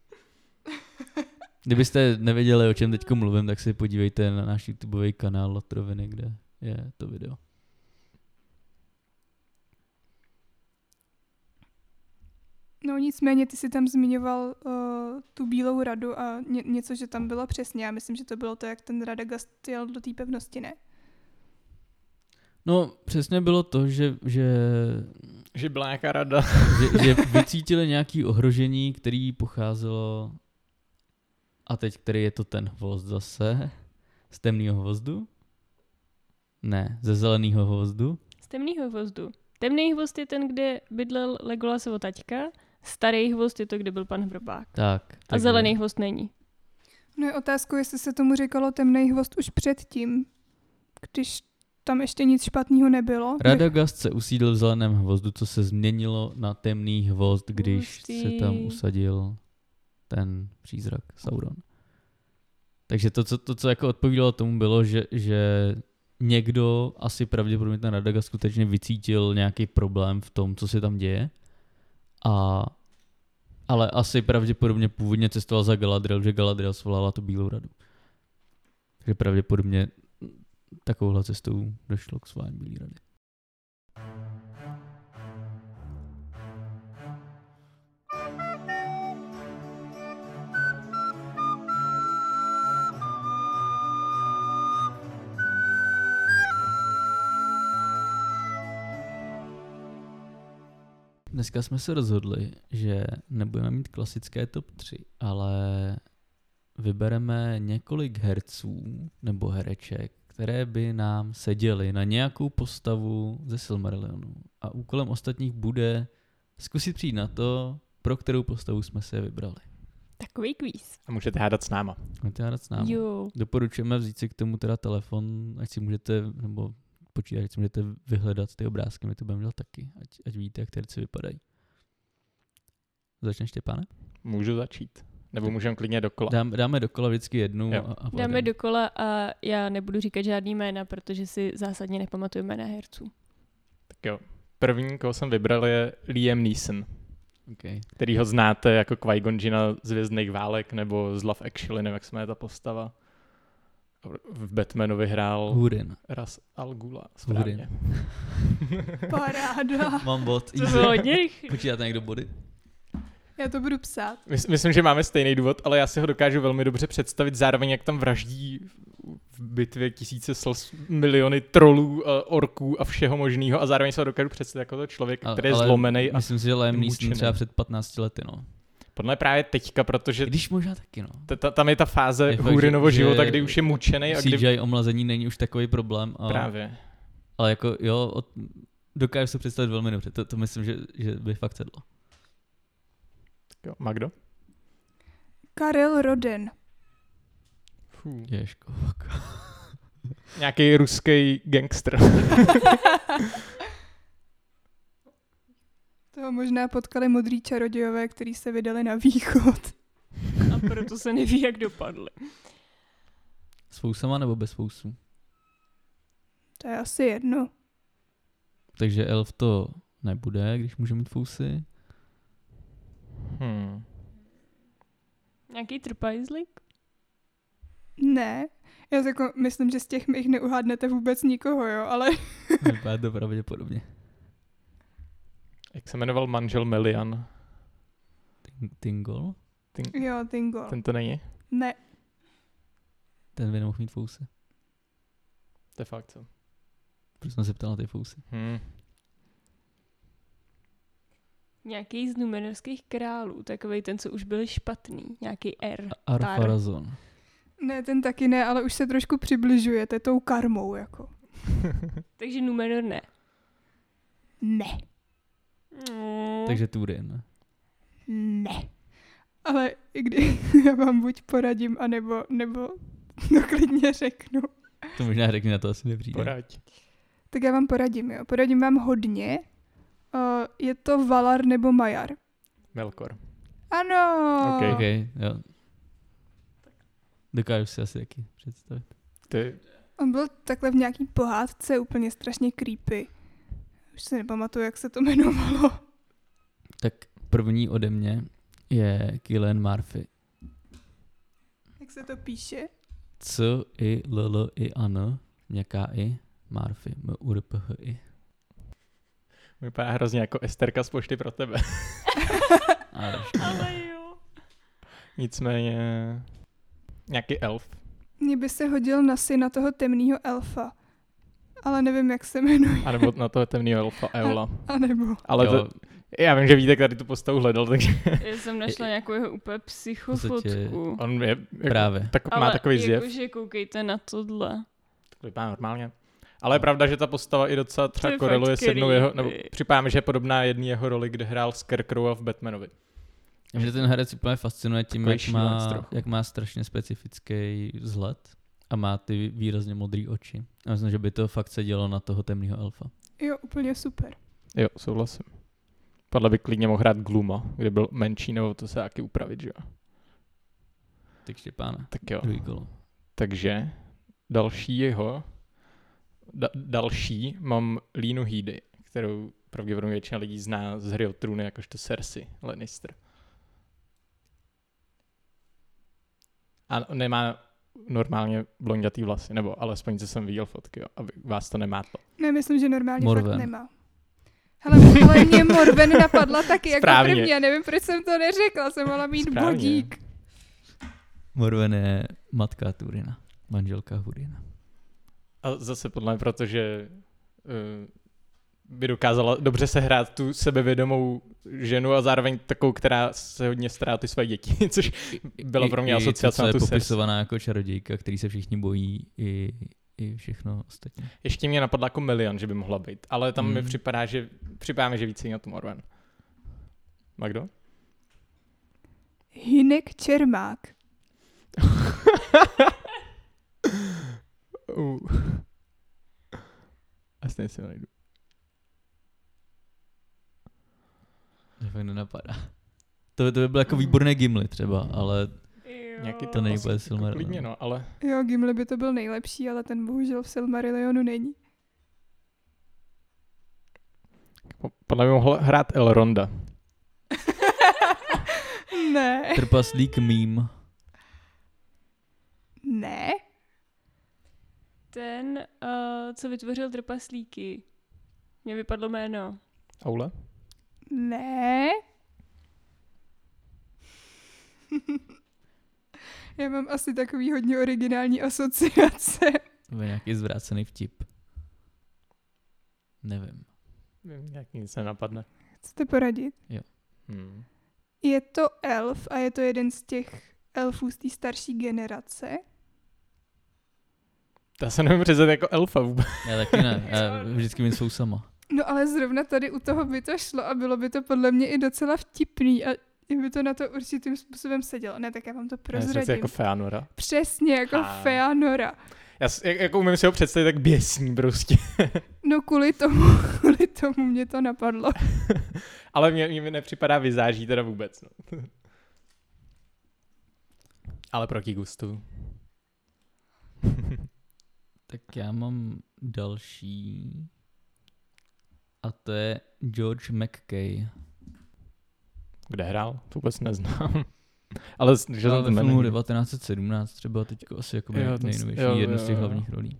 Kdybyste nevěděli, o čem teďko mluvím, tak si podívejte na náš YouTubeový kanál Latroviny, kde je to video. No nicméně ty si tam zmiňoval tu Bílou radu a něco, že tam bylo přesně. Já myslím, že to bylo to, jak ten Radagast jel do té pevnosti, ne? No, přesně bylo to, že byla nějaká rada. že vycítili nějaké ohrožení, který pocházelo, a teď který je to ten hvozd zase, z temného hvozdu? Ne, ze zeleného hvozdu. Z temného hvozdu. Temný hvozd je ten, kde bydlel Legolasovo taťka, starý hvozd je to, kde byl pan Hrobák. Tak. A zelený hvozd není. No je otázkou, jestli se tomu říkalo temnej hvozd už předtím, když tam ještě nic špatného nebylo. Radagast se usídl v zeleném hvozdu, co se změnilo na temný hvozd, když se tam usadil ten přízrak Sauron. Takže to, co jako odpovídalo tomu, bylo, že někdo, asi pravděpodobně ten Radagast, skutečně vycítil nějaký problém v tom, co se tam děje. Ale asi pravděpodobně původně cestoval za Galadriel, že Galadriel svolala tu Bílou radu. Takže pravděpodobně takovouhle cestou došlo k svolání Bílé rady. Dneska jsme se rozhodli, že nebudeme mít klasické top 3, ale vybereme několik herců nebo hereček, které by nám seděly na nějakou postavu ze Silmarillionu. A úkolem ostatních bude zkusit přijít na to, pro kterou postavu jsme se vybrali. Takový kvíz. A můžete hádat s náma. Jo. Doporučujeme vzít si k tomu teda telefon, ať si můžete, nebo počítač, ať si můžete vyhledat ty obrázky, my to budeme dělat taky, ať víte, jak ty herci vypadají. Začneš, Štěpáne? Můžu začít. Nebo můžeme klidně dokola. Dáme dokola vždycky jednu. A dáme dokola a já nebudu říkat žádný jména, protože si zásadně nepamatuju jména herců. Tak jo. První, koho jsem vybral, je Liam Neeson. Okay. Který ho znáte jako Qui-Gon Jinna z Hvězdných válek nebo z Love Actually, nevím, jak se jmenuje ta postava. V Batmanovi hrál Hurin. Ra's al Ghula. Správně. Paráda. Mám bod. To bylo hodně rychle. Počítáte někdo body? Já to budu psát. Myslím, že máme stejný důvod, ale já si ho dokážu velmi dobře představit zároveň, jak tam vraždí v bitvě tisíce slz, miliony trolů, orků a všeho možného a zároveň se ho dokážu představit jako to člověk, který je zlomený. Myslím si, že Liam Neeson třeba před 15 lety, no. Podle právě teďka, protože když možná taky, no. Tam je ta fáze Hurinovo života, kdy už je mučený. CGI omlazení není už takový problém. Právě. Ale jako jo, dokážu se představit velmi dobře. To myslím, že by fakt sedlo. Jo, Magdo? Karel Roden. Ježko. Nějaký ruský gangster. Toho možná potkali modrý čarodějové, kteří se vydali na východ. A proto se neví, jak dopadli. S fousama nebo bez fousů? To je asi jedno. Takže elf to nebude, když může mít fousy. Nějaký trpajzlik? Ne. Já jako myslím, že z těch mých neuhádnete vůbec nikoho, jo, ale... Vypadá to pravděpodobně. Jak se jmenoval manžel Melian? Tingol? Jo, Tingol. Ten to není? Ne. Ten by nemohl mít fousy. To je fakt co. Proč jsem se ptal na ty fousy? Nějaký z Númenorských králů, takovej ten, co už byl špatný. Nějaký R. Ar-Pharazôn. Ne, ten taky ne, ale už se trošku přibližujete tou karmou, jako. Takže Númenor ne. Ne. Takže Túrin. Ne. Ale i když já vám buď poradím, anebo no klidně řeknu. To možná řekni, na to asi nepřijde. Poraď. Tak já vám poradím, jo. Poradím vám hodně. Je to Valar nebo Majar? Melkor. Ano. Okay, jo. Dokážu si asi taky představit. Ty. On byl takhle v nějaký pohádce, úplně strašně creepy. Už se nepamatuju, jak se to jmenovalo. Tak první ode mě je Cillian Murphy. Jak se to píše? C-I-L-L-I-A-N, měkká I, Murphy, M-U-R-P-H-I. Vypadá hrozně jako Esterka z Pošty pro tebe. Ale jo. Nicméně nějaký elf. Mně by se hodil na syna toho temného elfa. Ale nevím, jak se jmenuje. A nebo na toho temného elfa Eola. A nebo. Ale to, já vím, že Vítek tady tu postavu hledal, takže Já jsem našla nějakou jeho úplně psychofotku. on je, Právě. má takový zjev. Ale jakože koukejte na tohle. To vypadá normálně. Ale je pravda, že ta postava i docela To třeba je koreluje fakt s jednou jeho, nebo creepy. připadá, že je podobná jedné jeho roli, kde hrál Scarecrowa v Batmanovi. Že ten herec úplně fascinuje tím, Takový jak šílenec má, trochu. jak má strašně specifický vzhled a má ty výrazně modrý oči. A myslím, že by to fakt sedělo na toho temného elfa. Jo, úplně super. Jo, souhlasím. Podle by klidně mohl hrát Gluma, kde byl menší, nebo to se taky upravit, že jo. Tak Štěpáne, Tak jo. druhý kolo. Takže další jeho, další mám Línu Headey, kterou pravděpodobně většina lidí zná z Hry o trůny, jakožto Cersei Lannister. A nemá normálně blondětý vlasy, nebo alespoň co jsem viděl fotky, jo, aby vás to nemátlo. Ne, myslím, že normálně Morven. fakt nemá. Hele, ale mě Morven napadla taky jako Správně. první. Já nevím, proč jsem to neřekla. Jsem mohla mít Správně. bodík. Morven je matka Turina, manželka Hurina. A zase podle mě, protože by dokázala dobře sehrát tu sebevědomou ženu a zároveň takovou, která se hodně stará o ty své děti, což byla pro mě asociace na tu je Cersei. popisovaná jako čarodějka, který se všichni bojí i všechno ostatní. Ještě mě napadla jako Milian, že by mohla být, ale tam mi Hmm. připadá mi, že více na tom Morven. Magdo? Hynek Čermák. Asi si ho najdu. To fakt nenapadá. To by bylo jako výborné Gimli třeba, ale Nějaký To není úplně asi Silmarillion. Klidně, no, ale Jo, Gimli by to byl nejlepší, ale ten bohužel v Silmarillionu není. podle mě mohl hrát Elronda. Ne. trpaslík mím. Ne. Ten, co vytvořil trpaslíky. Mně vypadlo jméno. Aule? Ne. Já mám asi takový hodně originální asociace. To je nějaký zvrácený vtip. Nevím. Nějak nic nenapadne. Chcete poradit? Je to elf a je to jeden z těch elfů z té starší generace. Já se nevím představit jako elfa vůbec. Já taky ne, já vždycky mi jsou sama. No ale zrovna tady u toho by to šlo a bylo by to podle mě i docela vtipný a by to na to určitým způsobem sedělo. Ne, tak já vám to Já jsem prozradím. jako Feanora. Přesně, jako Feanora. Já jako umím si ho představit tak běsný prostě. No kvůli tomu mě to napadlo. Ale mě nepřipadá vizáží teda vůbec. No. Ale proti gustu. Tak já mám další. A to je George McKay. Kde hrál? To vůbec neznám. Ale že Ve to jméno filmu někdo. 1917 třeba teďko asi jako Jo, ten nejnovější, jedno z těch hlavních rolí.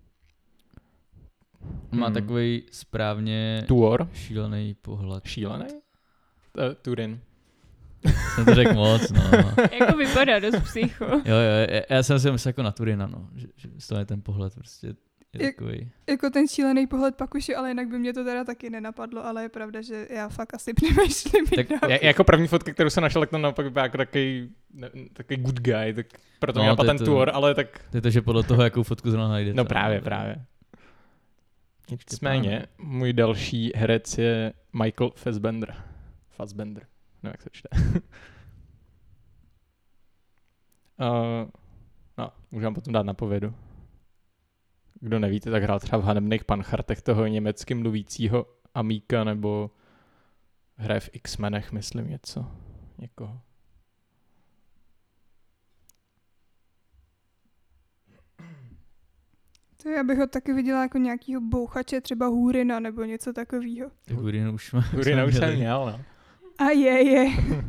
Má takový správně Tuor? šílený pohled. Šílený? Turin. Jsem to řekl moc, no. Jako vypadá dost psycho. Jo, já jsem si myslel jako na Turina, no. Že z toho je ten pohled prostě je takový. Jako ten šílený pohled pak už je, ale jinak by mě to teda taky nenapadlo, ale je pravda, že já fakt asi přemýšlím. Tak Jako první fotka, kterou jsem našel, tak to naopak vypadá jako takový good guy, tak proto mě napadl ten Tuor, ale tak... To je to, že podle toho, jakou fotku zrovna najdete. No právě. Nicméně, můj další herec je Michael Fassbender. Nevím, jak se čte. No, můžu potom dát napovědu. Kdo nevíte, tak hrál třeba v Hanebných panchartech toho německy mluvícího Amíka, nebo hraje v X-menech, myslím někoho. To já bych ho taky viděla jako nějakýho bouchače, třeba Hurina nebo něco takového. Hurina už jsem měl, no. A je.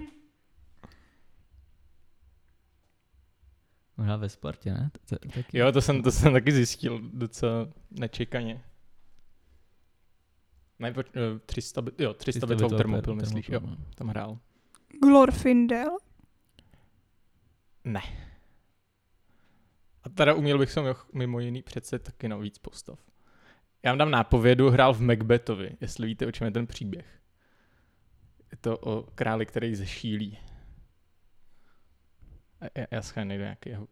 Možná ve Spartě, ne? Taky. Jo, to jsem taky zjistil docela nečekaně. Ne, 300 bitvou Thermopyl, myslíš? Jo, tam hrál. Glorfindel? Ne. A teda uměl bych se mimo jiný přece taky na víc postav. Já vám dám nápovědu, hrál v Macbethovi, jestli víte, o čem je ten příběh. Je to o králi, který zešílí. Já schválně nejdu nějaký jeho.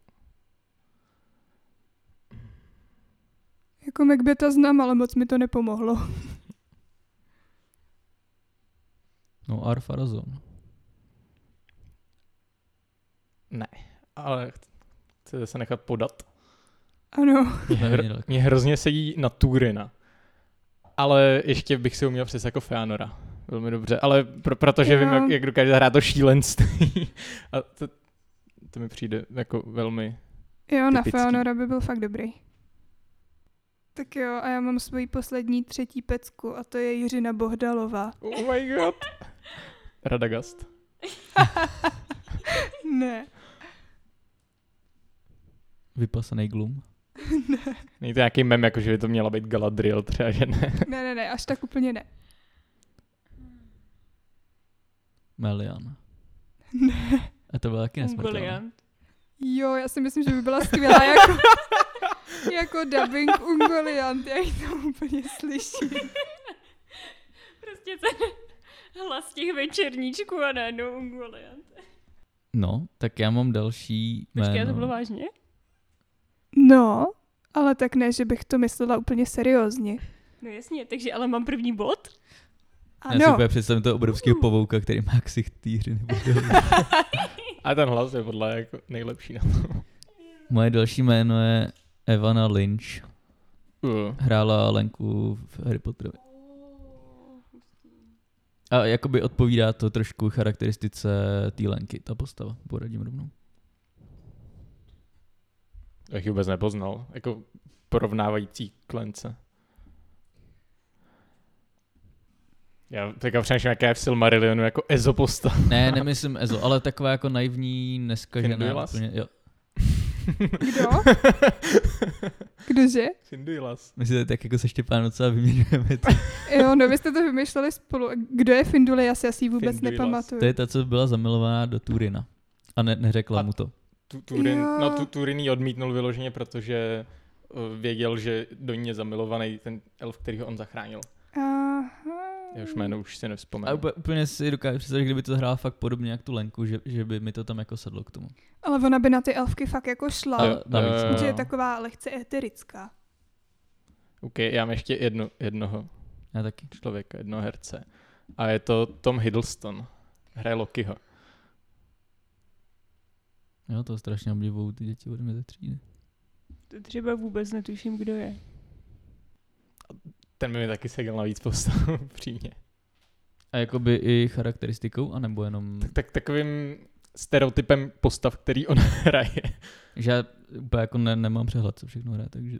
Jako Macbeta znám, ale moc mi to nepomohlo. No, Ar-Pharazôn. Ne, ale chcete se nechat podat? Ano. Mě hrozně sedí na Túrina. Ale ještě bych si uměl přes jako Feanora. Velmi dobře, ale protože vím, jak dokáže zahrát to šílenství. A to mi přijde jako velmi Jo, typický. Na Feanora by byl fakt dobrý. Tak jo, a já mám svoji poslední třetí pecku a to je Jiřina Bohdalová. Oh my god. Radagast. Ne. Vypasaný Glum. Není to nějaký mem, jako že by to měla být Galadriel třeba, že ne? Ne, až tak úplně ne. Melian. Ne. A to byla taky nesmrtelná. Ungoliant. Jo, já si myslím, že by byla skvělá jako dubbing Ungoliant, já ji tam úplně slyším. Prostě ten hlas těch večerníčků a najednou Ungoliant. No, tak já mám další jméno. Počkej, to bylo vážně? No, ale tak ne, že bych to myslela úplně seriózně. No jasně, takže ale mám první bod. Já si Ano, úplně představím toho obrovského pavouka, který má ksicht týři. A ten hlas je podle jako nejlepší na to. Moje další jméno je Evanna Lynch. Hrála Lenku v Harry Potterovi. A jakoby odpovídá to trošku charakteristice té Lenky, ta postava. Poradím rovnou. Já ji vůbec nepoznal. Jako porovnávající k Lence. Já teďka přemýšlím, jaká je v Silmarillionu jako Ezo postava. Ne, nemyslím Ezo, ale taková jako naivní, neskažená. Finduilas? Úplně, jo. kdo? Kdože? Finduilas. My si tak jako se Štěpánem docela vyměňujeme. Jo, no vy jste to vymýšleli spolu. Kdo je Finduilas? Já si ji vůbec Finduilas. nepamatuju. To je ta, co byla zamilovaná do Túrina. A neřekla mu to. Túrin ji odmítnul vyloženě, protože věděl, že do ní je zamilovaný ten elf, který ho on zachránil. Aha. Jehož jméno už si nevzpomenu. A úplně si dokážu představit, kdyby to hrála fakt podobně jak tu Lenku, že by mi to tam jako sedlo k tomu. Ale ona by na ty elfky fakt jako šla. Jo, navíc, Že je no. taková lehce eterická. OK, já mám ještě jednoho Já taky. člověka, jednoho herce. A je to Tom Hiddleston. Hraje Lokiho. Jo, to strašně oblivují ty děti ode mě ze třídy. To třeba vůbec netuším, kdo je. Ten by mi taky seděl na víc postav, přímě. A jakoby i charakteristikou, anebo jenom... Tak takovým stereotypem postav, který on hraje. Že já úplně jako nemám přehled, co všechno hraje, takže...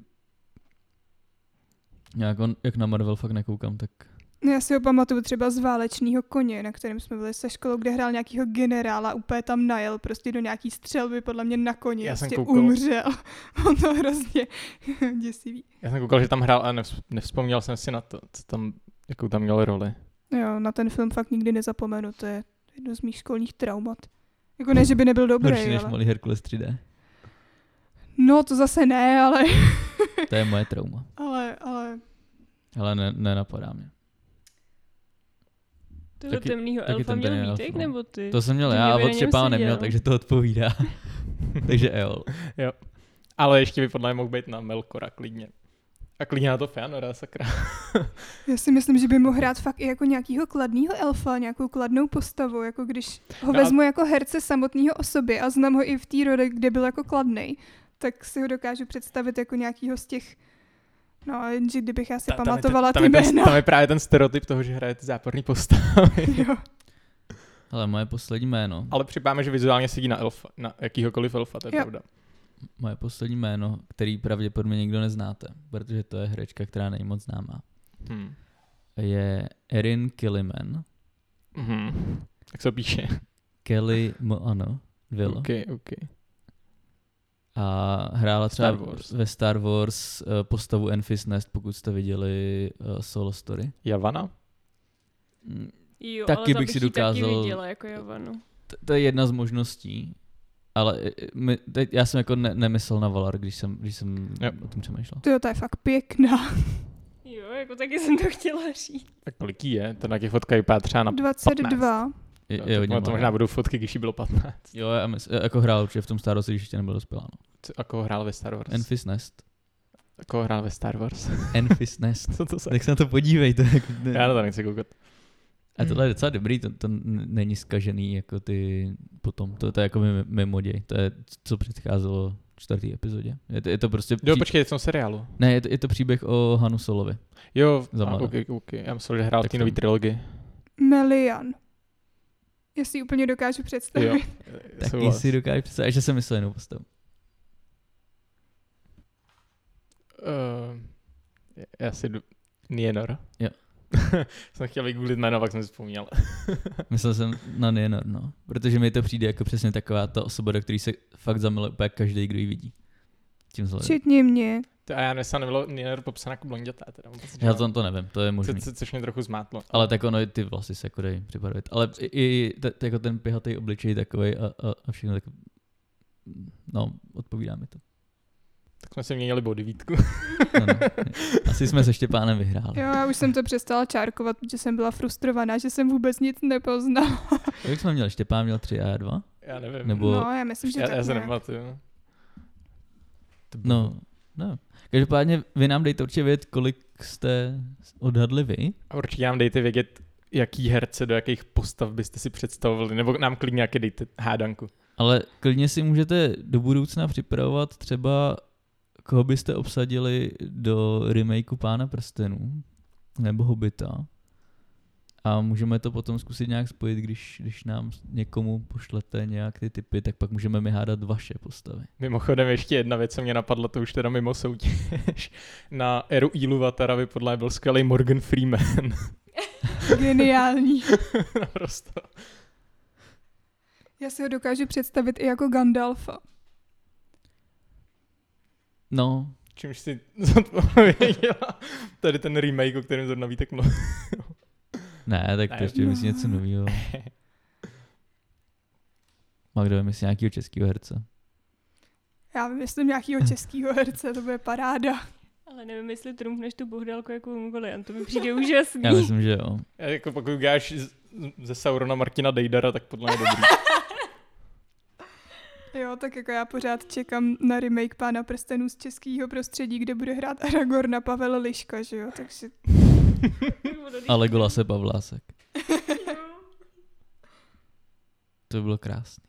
Já jako, jak na Marvel fakt nekoukám, tak... Já si ho pamatuju třeba z Válečného koně, na kterém jsme byli se školou, kde hrál nějakýho generála, úplně tam najel prostě do nějaký střelby, podle mě na koni, Já jsem prostě koukal. umřel. On to hrozně děsivý. Já jsem koukal, že tam hrál, ale nevzpomněl jsem si na to, jakou tam měl roli. Jo, na ten film fakt nikdy nezapomenu, to je jedno z mých školních traumat. Jako ne, že by nebyl dobrý, Horší než ale... malý Herkules 3D. No, to zase ne, ale... To je moje trauma. ale... Ale nenapadá mě. Toho Taky- temnýho taky elfa ten měl temný elf, Vítek, no. nebo ty? To jsem měl Ty já a by na od něm Štěpána seděl. neměl, takže to odpovídá. Takže Eol. Ale ještě by podle mě mohl být na Melkora klidně. A klidně na to Feanora, sakra. Já si myslím, že by mohl hrát fakt i jako nějakýho kladného elfa, nějakou kladnou postavu, jako když ho vezmu jako herce samotného o sobě a znám ho i v té roli, kde byl jako kladnej, tak si ho dokážu představit jako nějakýho z těch, no jenže kdybych já si pamatovala ty jména. Tam je právě ten stereotyp toho, že hraje ty záporný postavy. Jo. Ale moje poslední jméno. Ale připáme, že vizuálně sedí na elfa, na jakýhokoliv elfa, to je Jo. pravda. Moje poslední jméno, který pravděpodobně nikdo neznáte, protože to je herečka, která není moc známá, je Erin Killiman. Tak se to píše. Kelly Moano Will. OK. A hrála třeba Star Wars. ve Star Wars postavu Enfys Nest, pokud jste viděli Solo Story. Javana? Jo, taky ale bych si ji taky dokázal... viděla jako Jovanu. To je jedna z možností, ale já jsem jako nemyslel na Valar, když jsem o tom přemýšlel. To je fakt pěkná. Jo, jako taky jsem to chtěla říct. Tak kolik jí je? To na těch fotkách vypadá třeba na 22. Je hodně to mladá. možná budou fotky, když jí bylo 15. Jo, jako hrál určitě v tom Star Wars, když ještě nebyl dospělá. No. Jako hrál ve Star Wars. Enfys Nest. Jako hrál ve Star Wars. Enfys Nest. Co to se? Tak se na to podívej. Já na to nechci koukat. A tohle je docela dobrý, to není zkažený jako ty potom, to je jako mimo děj, to je, co předcházelo 4. epizodě. Je to prostě... Jo, počkej, v tom seriálu. Ne, je to příběh o Hanu Solovi. Jo, Za okay. Já myslel, že hrál v Tak té nový tam. trilogii. Melian. Já si ji úplně dokážu představit. Jo. Taky si dokážu představit, že jsem myslel jinou postavu. Já si Nienor. Jo. Jsem chtěl vygooglit jméno, pak jsem si vzpomněl. Myslel jsem na Nienor, no. Protože mi to přijde jako přesně taková ta osoba, do který se fakt zamiluje úplně každý, kdo ji vidí. Tím vzhledem. Včetně mě. A já nesam nebylo Nienor popsán jako blondětá. Teda, Já to nevím, to je možný. Což mě trochu zmátlo. Ale tak ono, ty vlasy se jako dají připravit. Ale i jako ten pihatý obličej takovej a všechno tak... No, odpovídá mi to. Tak jsme si měnili body Vítku. No. Asi jsme se Štěpánem vyhráli. Jo, já už jsem to přestala čárkovat, protože jsem byla frustrovaná, že jsem vůbec nic nepoznala. Jak jsme měli? Štěpán měl 3 a já 2? Já nevím. Nebo... No, já myslím, že já tak se nějak. nepamatuju. No. Každopádně vy nám dejte určitě vědět, kolik jste odhadli vy. A určitě nám dejte vědět, jaký herce do jakých postav byste si představovali, nebo nám klidně nějaké dejte hádanku. Ale klidně si můžete do budoucna připravovat třeba, koho byste obsadili do remakeu Pána prstenů nebo Hobita. A můžeme to potom zkusit nějak spojit, když nám někomu pošlete nějak ty tipy, tak pak můžeme mi hádat vaše postavy. Mimochodem ještě jedna věc, co mě napadla, to už teda mimo soutěž. Na Eru Iluvatara vypadla byl skvělý Morgan Freeman. Geniální. Naprosto. Já si ho dokážu představit i jako Gandalfa. No, Čímž si zodpověděla tady ten remake, o kterém zrovna Vítek mluvil. ne, tak Ne. prostě myslím něco nového. A kdo myslí nějakého českého herce? Já vymyslím nějakýho českýho herce, to bude paráda. Ale nevím, jestli trumfneš tu Bohdálku jako Mongolian, to mi přijde úžasný. Já myslím, že jo. Jako pokud uděláš ze Saurona Martina Dejdara, tak podle mě dobrý. Jo, tak jako já pořád čekám na remake Pána prstenů z českého prostředí, kde bude hrát Aragorna Pavel Liška, že jo, takže... A Legolase Pavlásek. To by bylo krásný.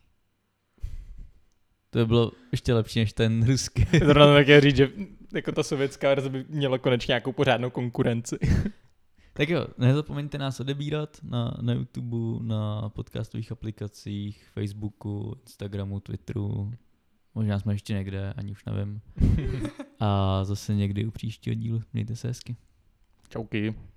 To by bylo ještě lepší než ten ruský. Zrovna také říct, že jako ta sovětská verze by měla konečně nějakou pořádnou konkurenci. Tak jo, nezapomeňte nás odebírat na YouTube, na podcastových aplikacích, Facebooku, Instagramu, Twitteru. Možná jsme ještě někde, ani už nevím. A zase někdy u příštího dílu. Mějte se hezky. Čauky.